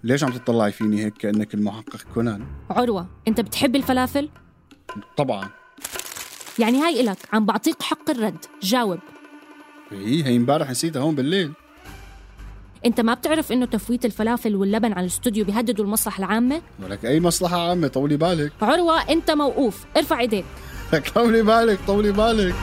ليش عم تطلعي فيني هيك كأنك المحقق كونان؟ عروة، أنت بتحب الفلافل؟ طبعا. يعني هاي إلك، عم بعطيك حق الرد، جاوب. هي امبارح نسيتها هون بالليل. أنت ما بتعرف إنه تفويت الفلافل واللبن على الاستوديو بيهددوا المصلحة العامة؟ ولك أي مصلحة عامة، طولي بالك. عروة، أنت موقوف، ارفع إيديك. طولي بالك طولي بالك.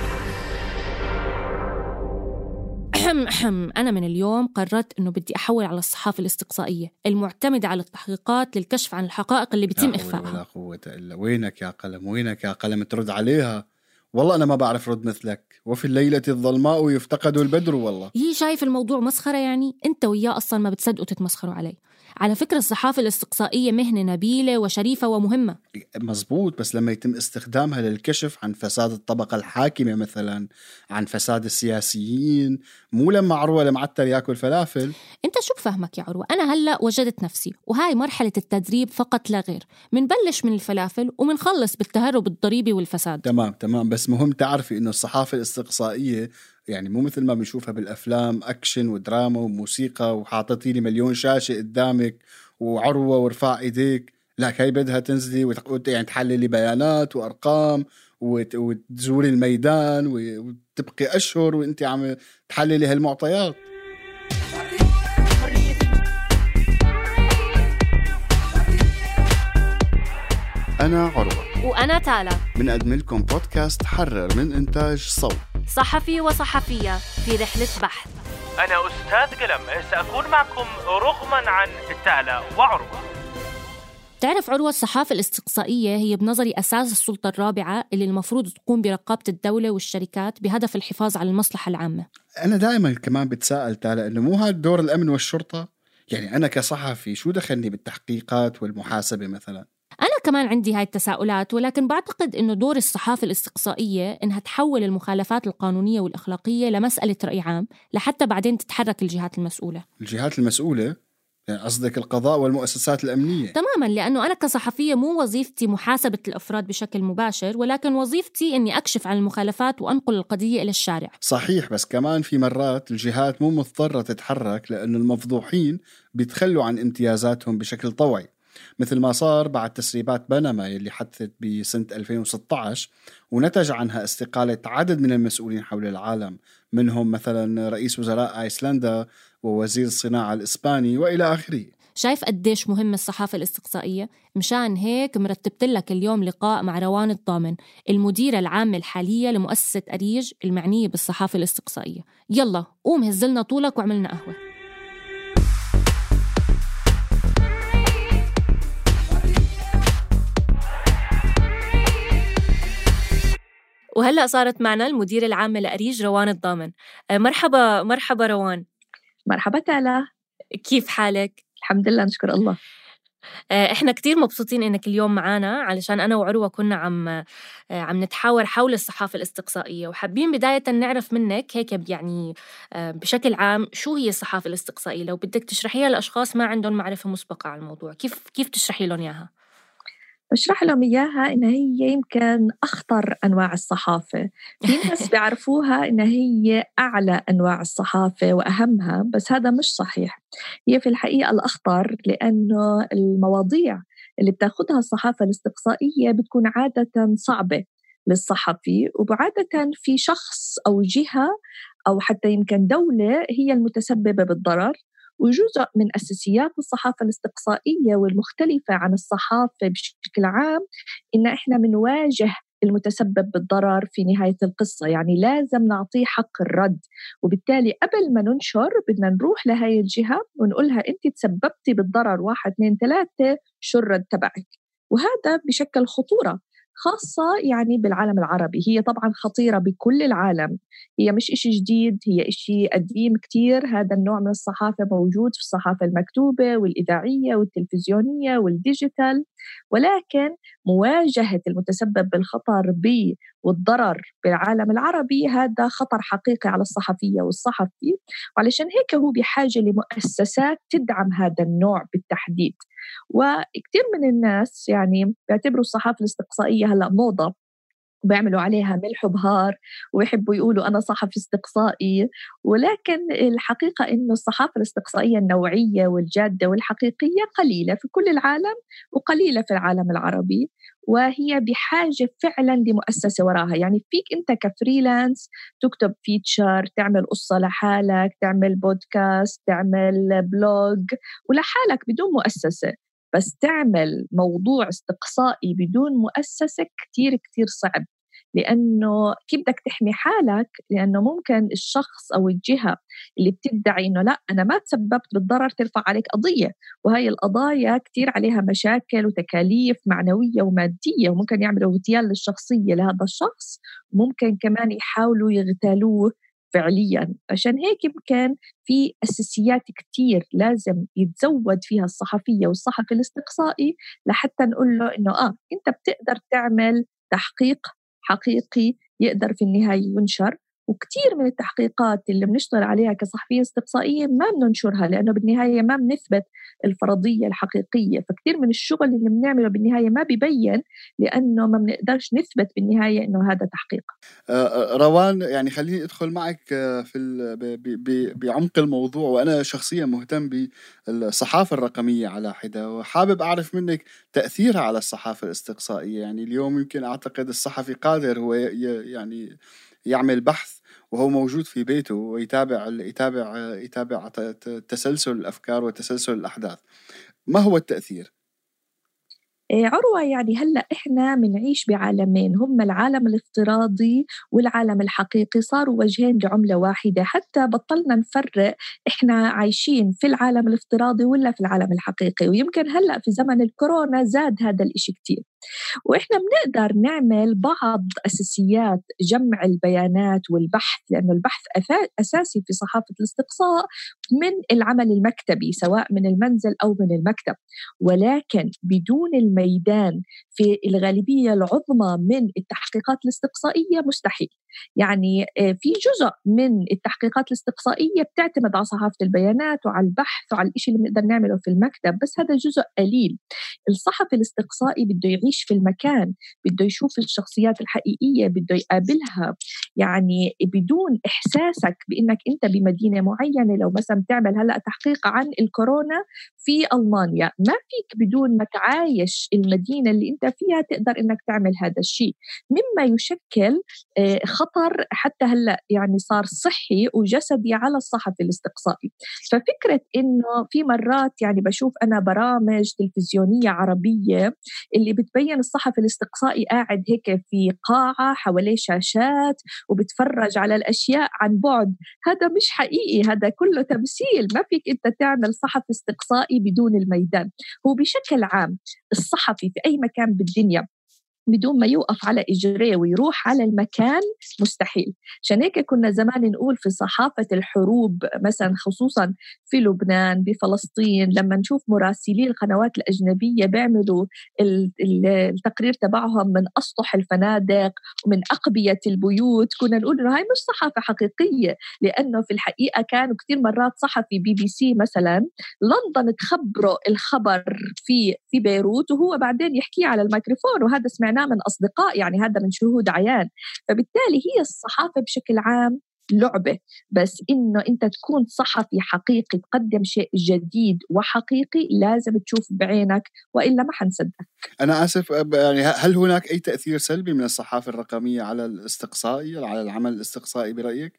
أنا من اليوم قررت إنه بدي أحول على الصحافة الاستقصائية المعتمدة على التحقيقات للكشف عن الحقائق اللي بيتم إخفائها. ولا قوة إلا. وينك يا قلم، وينك يا قلم ترد عليها؟ والله أنا ما بعرف رد مثلك. وفي الليلة الظلماء يفتقد البدر. والله هي شايف الموضوع مسخرة؟ يعني أنت وياه أصلا ما بتصدقوا تتمسخروا علي. على فكرة الصحافة الاستقصائية مهنة نبيلة وشريفة ومهمة. مزبوط، بس لما يتم استخدامها للكشف عن فساد الطبقة الحاكمة مثلا، عن فساد السياسيين، مو لما عروة المعتر ياكل فلافل. أنت شو بفهمك يا عروة؟ أنا هلأ وجدت نفسي، وهاي مرحلة التدريب فقط لا غير. منبلش من الفلافل ومنخلص بالتهرب الضريبي والفساد. تمام، بس مهم تعرفي إنه الصحافة الاستقصائية يعني مو مثل ما بنشوفها بالأفلام، أكشن ودراما وموسيقى وحاططي لي مليون شاشة قدامك وعروة ورفع إيديك. لا، هاي بدها تنزلي يعني تحللي بيانات وأرقام وتزوري الميدان وتبقي أشهر وإنتي عم تحللي هالمعطيات. أنا عروة وأنا تالا، بنقدم لكم بودكاست حرر من إنتاج صوت، صحفي وصحفية في رحلة بحث. أنا أستاذ قلم، سأكون معكم رغما عن تالا وعروة. تعرف عروة، الصحافة الاستقصائية هي بنظري أساس السلطة الرابعة اللي المفروض تقوم برقابة الدولة والشركات بهدف الحفاظ على المصلحة العامة. أنا دائما كمان بتساءل تالا إنه مو هذا دور الأمن والشرطة؟ يعني أنا كصحفي شو دخلني بالتحقيقات والمحاسبة مثلا؟ أنا كمان عندي هاي التساؤلات، ولكن بعتقد إنه دور الصحافة الاستقصائية إنها تحول المخالفات القانونية والأخلاقية لمسألة رأي عام، لحتى بعدين تتحرك الجهات المسؤولة. الجهات المسؤولة؟ يعني قصدك القضاء والمؤسسات الأمنية؟ تماماً، لأنه أنا كصحفية مو وظيفتي محاسبة الأفراد بشكل مباشر، ولكن وظيفتي إني أكشف عن المخالفات وأنقل القضية إلى الشارع. صحيح، بس كمان في مرات الجهات مو مضطرة تتحرك لأن المفضوحين بيتخلوا عن امتيازاتهم بشكل طوعي، مثل ما صار بعد تسريبات بنما اللي حدثت بسنة 2016 ونتج عنها استقالة عدد من المسؤولين حول العالم، منهم مثلا رئيس وزراء آيسلندا ووزير الصناعة الإسباني وإلى آخره. شايف قديش مهم الصحافة الاستقصائية؟ مشان هيك مرتبت لك اليوم لقاء مع روان الضامن، المديرة العامة الحالية لمؤسسة أريج المعنية بالصحافة الاستقصائية. يلا قوم هزلنا طولك وعملنا قهوة. وهلأ صارت معنا المديرة العامة لأريج روان الضامن. مرحبا روان. مرحبا تالا، كيف حالك؟ الحمد لله نشكر الله. احنا كتير مبسوطين انك اليوم معنا، علشان انا وعروة كنا عم نتحاور حول الصحافة الاستقصائية، وحابين بداية نعرف منك هيك يعني بشكل عام شو هي الصحافة الاستقصائية، لو بدك تشرحيها لأشخاص ما عندهم معرفة مسبقة عن الموضوع. كيف تشرحي لهم إياها؟ بشرح لهم إياها إن هي يمكن أخطر أنواع الصحافة. في ناس بيعرفوها إن هي أعلى أنواع الصحافة وأهمها، بس هذا مش صحيح. هي في الحقيقة الأخطر، لأنه المواضيع اللي بتاخدها الصحافة الاستقصائية بتكون عادة صعبة للصحفي، وعادة في شخص أو جهة أو حتى يمكن دولة هي المتسببة بالضرر. وجزء من أساسيات الصحافة الاستقصائية والمختلفة عن الصحافة بشكل عام إن إحنا منواجه المتسبب بالضرر في نهاية القصة، يعني لازم نعطيه حق الرد. وبالتالي قبل ما ننشر بدنا نروح لهاي الجهة ونقولها أنت تسببتي بالضرر 1 2 3، شو الرد تبعك؟ وهذا بشكل خطورة خاصة يعني بالعالم العربي. هي طبعا خطيرة بكل العالم، هي مش إشي جديد، هي إشي قديم كتير. هذا النوع من الصحافة موجود في الصحافة المكتوبة والإذاعية والتلفزيونية والديجيتال، ولكن مواجهة المتسبب بالخطر والضرر بالعالم العربي هذا خطر حقيقي على الصحفية والصحفي، وعلشان هيك هو بحاجة لمؤسسات تدعم هذا النوع بالتحديد. وكثير من الناس يعني بيعتبروا الصحافة الاستقصائية هلأ موضة، وبيعملوا عليها ملح وبهار ويحبوا يقولوا أنا صحفي استقصائي. ولكن الحقيقة إنه الصحافة الاستقصائية النوعية والجادة والحقيقية قليلة في كل العالم وقليلة في العالم العربي، وهي بحاجة فعلا لمؤسسة وراها. يعني فيك أنت كفريلانس تكتب فيتشر، تعمل قصة لحالك، تعمل بودكاست، تعمل بلوج ولحالك بدون مؤسسة، بس تعمل موضوع استقصائي بدون مؤسسة كتير كتير صعب. لأنه كيف بدك تحمي حالك؟ لأنه ممكن الشخص أو الجهة اللي بتدعي إنه لا أنا ما تسببت بالضرر ترفع عليك قضية، وهي القضايا كتير عليها مشاكل وتكاليف معنوية ومادية، وممكن يعملوا اغتيال للشخصية لهذا الشخص، ممكن كمان يحاولوا يغتالوه فعليا. عشان هيك يمكن في أساسيات كتير لازم يتزود فيها الصحفية والصحفي الاستقصائي لحتى نقول له إنه أنت بتقدر تعمل تحقيق حقيقي يقدر في النهاية ينشر. وكتير من التحقيقات اللي بنشتغل عليها كصحفيين استقصائيين ما بننشرها لأنه بالنهاية ما بنثبت الفرضية الحقيقية، فكتير من الشغل اللي بنعمله بالنهاية ما بيبين لأنه ما بنقدرش نثبت بالنهاية إنه هذا تحقيق. روان، يعني خليني أدخل معك بعمق الموضوع، وأنا شخصيا مهتم بالصحافة الرقمية على حدة، وحابب أعرف منك تأثيرها على الصحافة الاستقصائية. يعني اليوم يمكن أعتقد الصحفي قادر هو يعني يعمل بحث وهو موجود في بيته ويتابع تسلسل الأفكار وتسلسل الأحداث. ما هو التأثير؟ عروة، يعني هلأ إحنا منعيش بعالمين، هم العالم الافتراضي والعالم الحقيقي، صاروا وجهين لعملة واحدة. حتى بطلنا نفرق إحنا عايشين في العالم الافتراضي ولا في العالم الحقيقي، ويمكن هلأ في زمن الكورونا زاد هذا الإشي كتير. وإحنا بنقدر نعمل بعض أساسيات جمع البيانات والبحث، لأنه البحث أساسي في صحافة الاستقصاء من العمل المكتبي سواء من المنزل أو من المكتب، ولكن بدون الميدان في الغالبية العظمى من التحقيقات الاستقصائية مستحيل. يعني في جزء من التحقيقات الاستقصائية بتعتمد على صحافة البيانات وعلى البحث وعلى الإشي اللي بنقدر نعمله في المكتب، بس هذا جزء قليل. الصحفي الاستقصائي بده يعيش في المكان، بده يشوف الشخصيات الحقيقية، بده يقابلها. يعني بدون إحساسك بأنك أنت بمدينة معينة، لو مثلا تعمل هلأ تحقيق عن الكورونا في ألمانيا، ما فيك بدون ما تعايش المدينة اللي أنت فيها تقدر أنك تعمل هذا الشيء، مما يشكل خطر حتى هلأ يعني صار صحي وجسدي على الصحفي الاستقصائي. ففكرة إنه في مرات يعني بشوف أنا برامج تلفزيونية عربية اللي بتبين الصحفي الاستقصائي قاعد هيك في قاعة حواليه شاشات وبتفرج على الأشياء عن بعد، هذا مش حقيقي، هذا كله تمثيل. ما فيك أنت تعمل صحفي استقصائي بدون الميدان. هو بشكل عام الصحفي في أي مكان بالدنيا بدون ما يوقف على إجريه ويروح على المكان مستحيل. عشان هيك كنا زمان نقول في صحافة الحروب مثلا، خصوصا في لبنان بفلسطين، لما نشوف مراسلي القنوات الأجنبية بيعملوا التقرير تبعهم من أسطح الفنادق ومن أقبية البيوت، كنا نقول إنه هاي مش صحافة حقيقية، لأنه في الحقيقة كانوا كتير مرات صحفي BBC مثلا لندن تخبره الخبر في بيروت وهو بعدين يحكيه على الميكروفون، وهذا سمعناه من أصدقاء، يعني هذا من شهود عيان. فبالتالي هي الصحافة بشكل عام لعبة، بس إنه أنت تكون صحفي حقيقي تقدم شيء جديد وحقيقي لازم تشوف بعينك، وإلا ما حنصدق. أنا آسف، يعني هل هناك أي تأثير سلبي من الصحافة الرقمية على الاستقصائي، على العمل الاستقصائي برأيك؟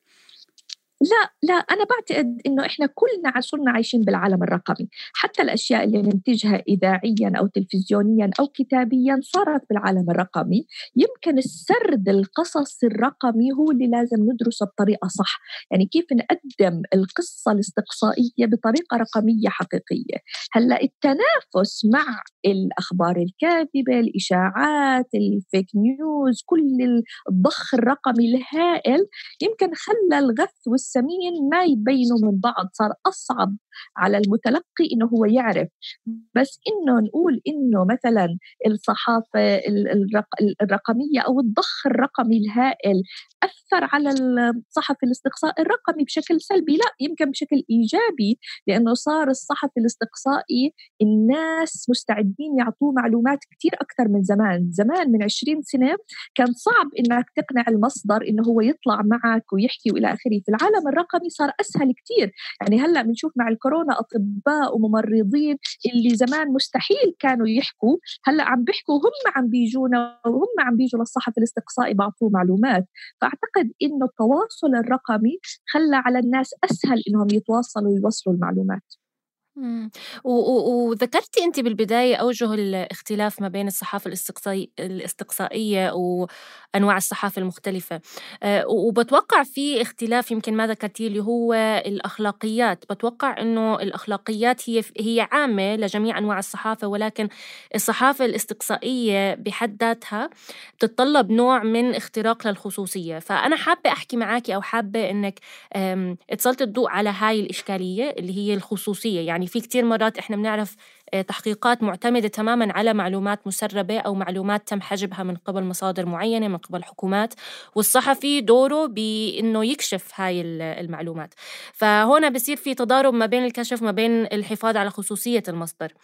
لا، أنا بعتقد إنه إحنا كلنا صرنا عايشين بالعالم الرقمي، حتى الأشياء اللي ننتجها إذاعيا أو تلفزيونيا أو كتابيا صارت بالعالم الرقمي. يمكن السرد القصص الرقمي هو اللي لازم ندرسه بطريقة صح، يعني كيف نقدم القصة الاستقصائية بطريقة رقمية حقيقية. هلأ التنافس مع الأخبار الكاذبة، الإشاعات، الفيك نيوز، كل الضخ الرقمي الهائل يمكن خلى الغث والسمين ما يبينوا من بعض، صار أصعب على المتلقي إنه هو يعرف. بس إنه نقول إنه مثلا الصحافة الرقمية أو الضخ الرقمي الهائل أثر على الصحفي الاستقصائي الرقمي بشكل سلبي، لا، يمكن بشكل إيجابي، لأنه صار الصحفي الاستقصائي الناس مستعدين يعطوه معلومات كتير أكثر من زمان. زمان من 20 سنة كان صعب إنك تقنع المصدر إنه هو يطلع معك ويحكي وإلى آخره. في العالم الرقمي صار أسهل كتير. يعني هلأ بنشوف مع الكورونا أطباء وممرضين اللي زمان مستحيل كانوا يحكوا، هلأ عم بيحكوا، هم عم بيجونا وهم عم بيجوا للصحفي الاستقصائي بعطوه معلومات. فأعتقد إنه التواصل الرقمي خلى على الناس أسهل إنهم يتواصلوا ويوصلوا المعلومات. وذكرتي أنت بالبداية أوجه الاختلاف ما بين الصحافة الاستقصائية وأنواع الصحافة المختلفة، وبتوقع في اختلاف يمكن ما ذكرتيه اللي هو الأخلاقيات. بتوقع أنه الأخلاقيات هي عامة لجميع أنواع الصحافة، ولكن الصحافة الاستقصائية بحد ذاتها بتتطلب نوع من اختراق للخصوصية. فأنا حابة أحكي معاكي أو حابة أنك تسلط الضوء على هاي الإشكالية اللي هي الخصوصية. يعني في كتير مرات إحنا بنعرف تحقيقات معتمدة تماماً على معلومات مسربة أو معلومات تم حجبها من قبل مصادر معينة، من قبل حكومات، والصحفي دوره بأنه يكشف هاي المعلومات. فهنا بصير في تضارب ما بين الكشف ما بين الحفاظ على خصوصية المصدر.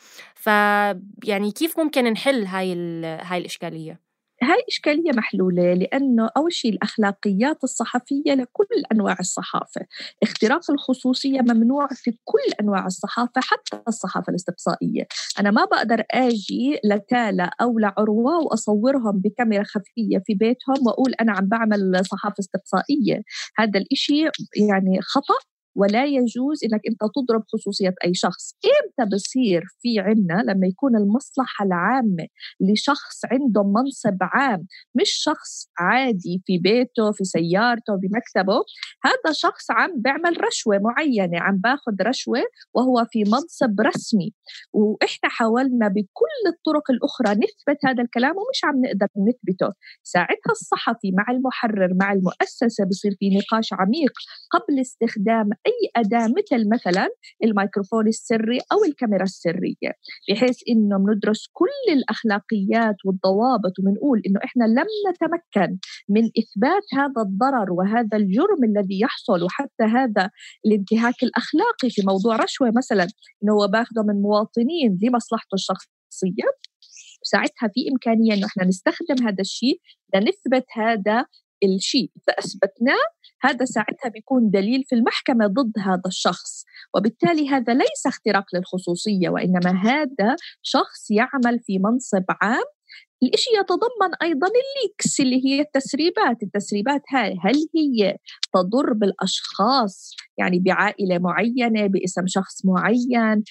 يعني كيف ممكن نحل هاي الإشكالية؟ هاي إشكالية محلولة، لأنه أول شيء الأخلاقيات الصحفية لكل أنواع الصحافة. اختراق الخصوصية ممنوع في كل أنواع الصحافة، حتى الصحافة الاستقصائية. أنا ما بقدر آجي لتالا أو لعروة وأصورهم بكاميرا خفية في بيتهم وأقول أنا عم بعمل صحافة استقصائية. هذا الإشي يعني خطأ، ولا يجوز إنك أنت تضرب خصوصية أي شخص. إمتى بصير في عنا؟ لما يكون المصلحة العامة لشخص عنده منصب عام، مش شخص عادي في بيته في سيارته بمكتبه. هذا شخص عم بيعمل رشوة معينة، عم باخد رشوة وهو في منصب رسمي، وإحنا حاولنا بكل الطرق الأخرى نثبت هذا الكلام ومش عم نقدر نثبته. ساعتها الصحفي مع المحرر مع المؤسسة بصير في نقاش عميق قبل استخدام أي أداة مثلا الميكروفون السري أو الكاميرا السرية، بحيث إنه بندرس كل الأخلاقيات والضوابط وبنقول إنه إحنا لم نتمكن من إثبات هذا الضرر وهذا الجرم الذي يحصل، وحتى هذا الانتهاك الأخلاقي في موضوع رشوة مثلا، إنه هو باخده من مواطنين لمصلحته الشخصية. ساعتها في إمكانية إنه إحنا نستخدم هذا الشيء لنثبت هذا الشيء. فأثبتناه، هذا ساعتها بيكون دليل في المحكمة ضد هذا الشخص، وبالتالي هذا ليس اختراق للخصوصية، وإنما هذا شخص يعمل في منصب عام. الإشي يتضمن أيضاً الليكس اللي هي التسريبات هاي، هل هي تضر بالأشخاص، يعني بعائلة معينة، باسم شخص معين،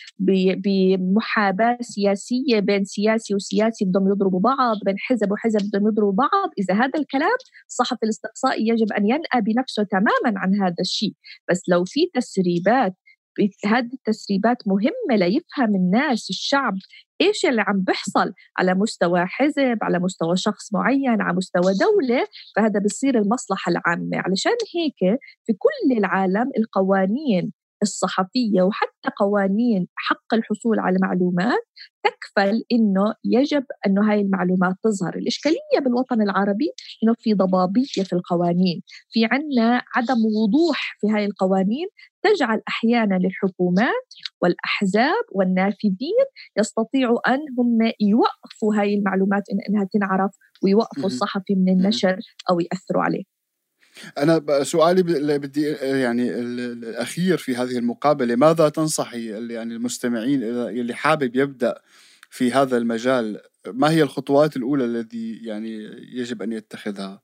بمحاباة سياسية بين سياسي وسياسي بدهم يضربوا بعض، بين حزب وحزب بدهم يضربوا بعض. إذا هذا الكلام الصحفي الاستقصائي يجب أن ينأى بنفسه تماماً عن هذا الشيء. بس لو في تسريبات، هذه التسريبات مهمة ليفهم الناس الشعب إيش اللي عم بيحصل على مستوى حزب، على مستوى شخص معين، على مستوى دولة. فهذا بصير المصلحة العامة. علشان هيك في كل العالم القوانين الصحفية وحتى قوانين حق الحصول على معلومات تكفل إنه يجب أنه هاي المعلومات تظهر. الإشكالية بالوطن العربي إنه في ضبابية في القوانين، في عنا عدم وضوح في هاي القوانين، تجعل أحيانا للحكومات والأحزاب والنافذين يستطيعوا أن هم يوقفوا هاي المعلومات إنها تنعرف، ويوقفوا الصحفي من النشر أو يأثروا عليه. أنا سؤالي اللي بدي يعني الأخير في هذه المقابلة، ماذا تنصحي يعني المستمعين اللي حابب يبدأ في هذا المجال؟ ما هي الخطوات الأولى التي يعني يجب أن يتخذها؟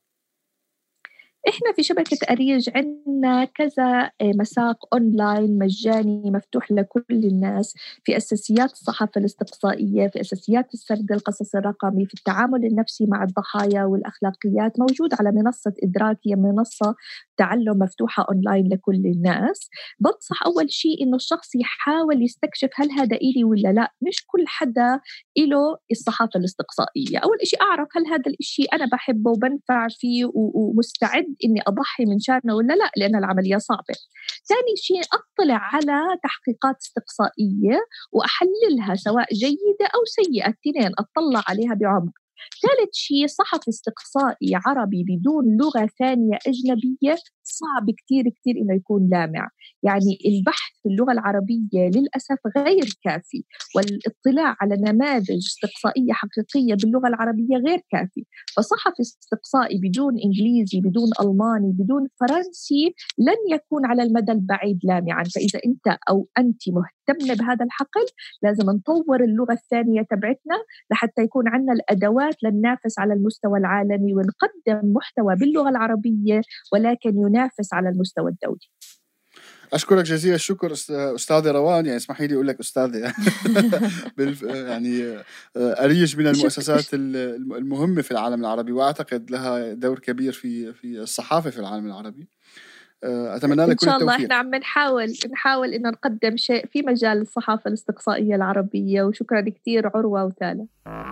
إحنا في شبكة أريج عندنا كذا مساق أونلاين مجاني مفتوح لكل الناس، في أساسيات الصحافة الاستقصائية، في أساسيات السرد القصص الرقمي، في التعامل النفسي مع الضحايا والأخلاقيات. موجود على منصة إدراك، هي منصة التعلم مفتوحة أونلاين لكل الناس، بنصح أول شيء إنه الشخص يحاول يستكشف هل هذا إلي ولا لا. مش كل حدا إله الصحافة الاستقصائية. أول شيء أعرف هل هذا الشيء أنا بحبه وبنفع فيه ومستعد إني أضحي من شانه ولا لا، لأن العملية صعبة. ثاني شيء أطلع على تحقيقات استقصائية وأحللها سواء جيدة أو سيئة، التنين أطلع عليها بعمق. ثالث شيء صحفي استقصائي عربي بدون لغة ثانية أجنبية صعب كتير كتير إنه يكون لامع. يعني البحث في اللغة العربية للأسف غير كافي، والاطلاع على نماذج استقصائية حقيقية باللغة العربية غير كافي. فصحفي استقصائي بدون إنجليزي، بدون ألماني، بدون فرنسي لن يكون على المدى البعيد لامعا. فإذا أنت أو أنت مهتم بهذا الحقل لازم نطور اللغة الثانية تبعتنا لحتى يكون عندنا الأدوات لننافس على المستوى العالمي ونقدم محتوى باللغة العربية ولكن ينافس على المستوى الدولي. أشكرك جزيل الشكر أستاذة روان. يعني اسمحي لي أقول لك أستاذة يعني أريج من المؤسسات المهمة في العالم العربي، وأعتقد لها دور كبير في الصحافة في العالم العربي. أتمنى لك كل التوفيق. إن شاء الله إحنا عم نحاول إن نقدم شيء في مجال الصحافة الاستقصائية العربية. وشكرا كتير عروة وثالة.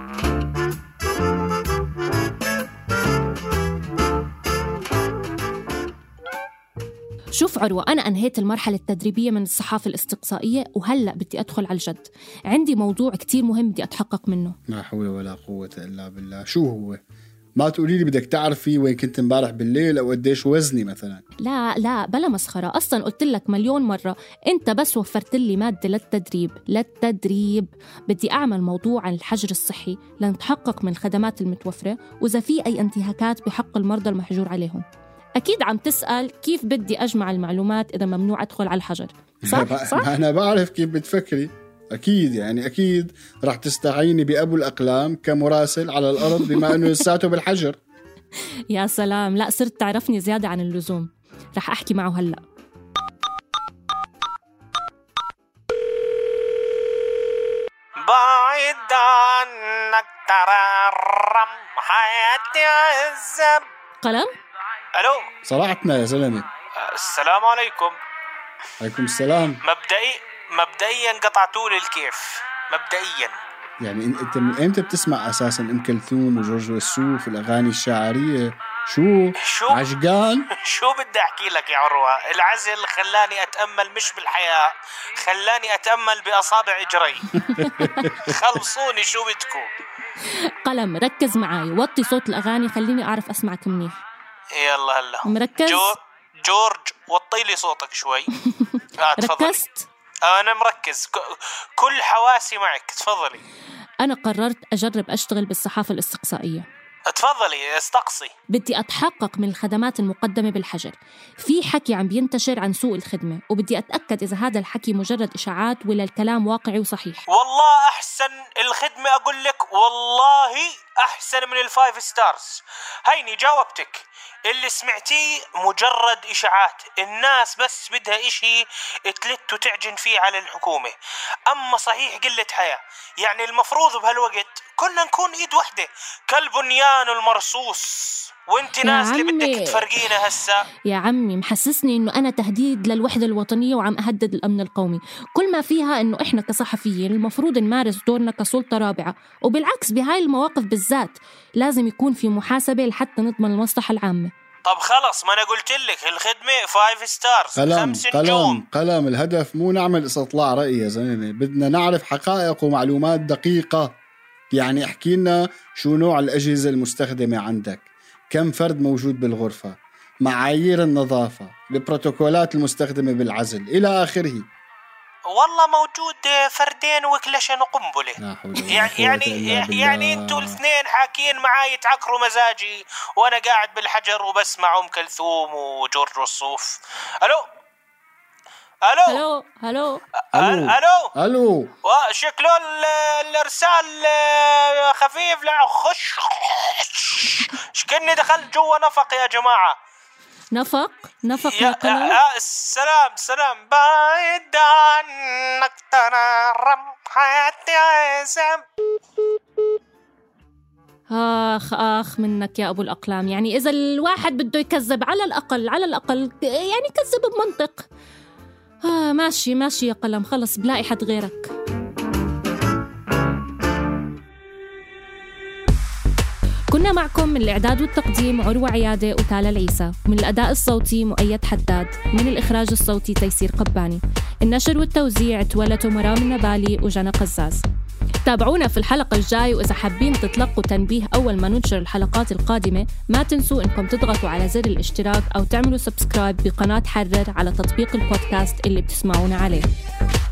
شوف عروة، أنا أنهيت المرحلة التدريبية من الصحافة الاستقصائية وهلأ بدي أدخل على الجد. عندي موضوع كتير مهم بدي أتحقق منه. لا حول ولا قوة إلا بالله. شو هو؟ ما تقولي لي بدك تعرفي وين كنت امبارح بالليل أو قديش وزني مثلا. لا بلا مسخرة. أصلا قلت لك مليون مرة أنت بس وفرت لي مادة للتدريب. بدي أعمل موضوع عن الحجر الصحي لنتحقق من الخدمات المتوفرة وإذا في أي انتهاكات بحق المرضى المحجور عليهم. أكيد عم تسأل كيف بدي أجمع المعلومات إذا ممنوع أدخل على الحجر، صح؟ أنا بعرف كيف بتفكري. أكيد يعني أكيد رح تستعيني بأبو الأقلام كمراسل على الأرض بما أنه لساته بالحجر. يا سلام، لا صرت تعرفني زيادة عن اللزوم. رح أحكي معه هلأ. بعيد عنك تررم حياتي عزب. قلم؟ ألو صراحتنا يا زلمة. السلام عليكم. عليكم السلام. مبدئيا قطعتولي الكيف مبدئيا. يعني انت من امتى بتسمع اساسا ام كلثوم وجورج وسوف والاغاني الشعريه؟ شو عجقان؟ شو بدي احكي لك يا عروة؟ العزل خلاني اتامل مش بالحياه، خلاني اتامل باصابع اجري. خلصوني شو بدكم؟ قلم ركز معي، وطي صوت الاغاني خليني اعرف اسمعك منيح. يلا هلا مركز؟ جورج وطي لي صوتك شوي. ركزت؟ أنا مركز، كل حواسي معك. تفضلي. أنا قررت أجرب أشتغل بالصحافة الاستقصائية. تفضلي استقصي. بدي أتحقق من الخدمات المقدمة بالحجر. في حكي عم بينتشر عن سوء الخدمة وبدي أتأكد إذا هذا الحكي مجرد إشاعات ولا الكلام واقعي وصحيح. والله أحسن الخدمة أقول لك، والله أحسن من ال5 ستارز. هيني جاوبتك. اللي سمعتيه مجرد إشاعات، الناس بس بدها إشي تلت وتعجن فيه على الحكومة. أما صحيح قلة حياة. يعني المفروض بهالوقت كنا نكون إيد واحدة كالبنيان المرصوص، وانت ناس اللي بدك تفرقينا هسا. يا عمي محسسني إنه أنا تهديد للوحدة الوطنية وعم أهدد الأمن القومي. كل ما فيها إنه إحنا كصحفيين المفروض نمارس دورنا كسلطة رابعة، وبالعكس بهاي المواقف بالذات لازم يكون في محاسبة لحتى نضمن المصلحة العامة. طب خلص، ما أنا قلت لك الخدمة 5 ستارز 5 نجوم. قلم الهدف مو نعمل استطلاع رأي يا زلمة، بدنا نعرف حقائق ومعلومات دقيقة. يعني احكي لنا شو نوع الأجهزة المستخدمة عندك، كم فرد موجود بالغرفة، معايير النظافة، البروتوكولات المستخدمة بالعزل إلى آخره. والله موجود فردين وكلشن وقنبلة. يعني انتوا الاثنين حاكين معاي تعكروا مزاجي وانا قاعد بالحجر وبسمع ام كلثوم وجورج وسوف. الو شكله الارسال خفيف. لا خش شكني دخلت جوا نفق يا جماعة. نفق يا قلم. سلام بعيد عنك تررم حياتي عزم. آخ منك يا أبو الأقلام. يعني إذا الواحد بده يكذب على الأقل يعني كذب بمنطق. ماشي يا قلم، خلص بلاقي حد غيرك. كنا معكم من الإعداد والتقديم عروة عيادة وتالا العيسى، من الأداء الصوتي مؤيد حداد، من الإخراج الصوتي تيسير قباني، النشر والتوزيع تولته مرام النبالي وجنى قزاز. تابعونا في الحلقة الجاي، وإذا حابين تتلقوا تنبيه أول ما ننشر الحلقات القادمة ما تنسوا إنكم تضغطوا على زر الاشتراك أو تعملوا سبسكرايب بقناة حرر على تطبيق البودكاست اللي بتسمعونا عليه.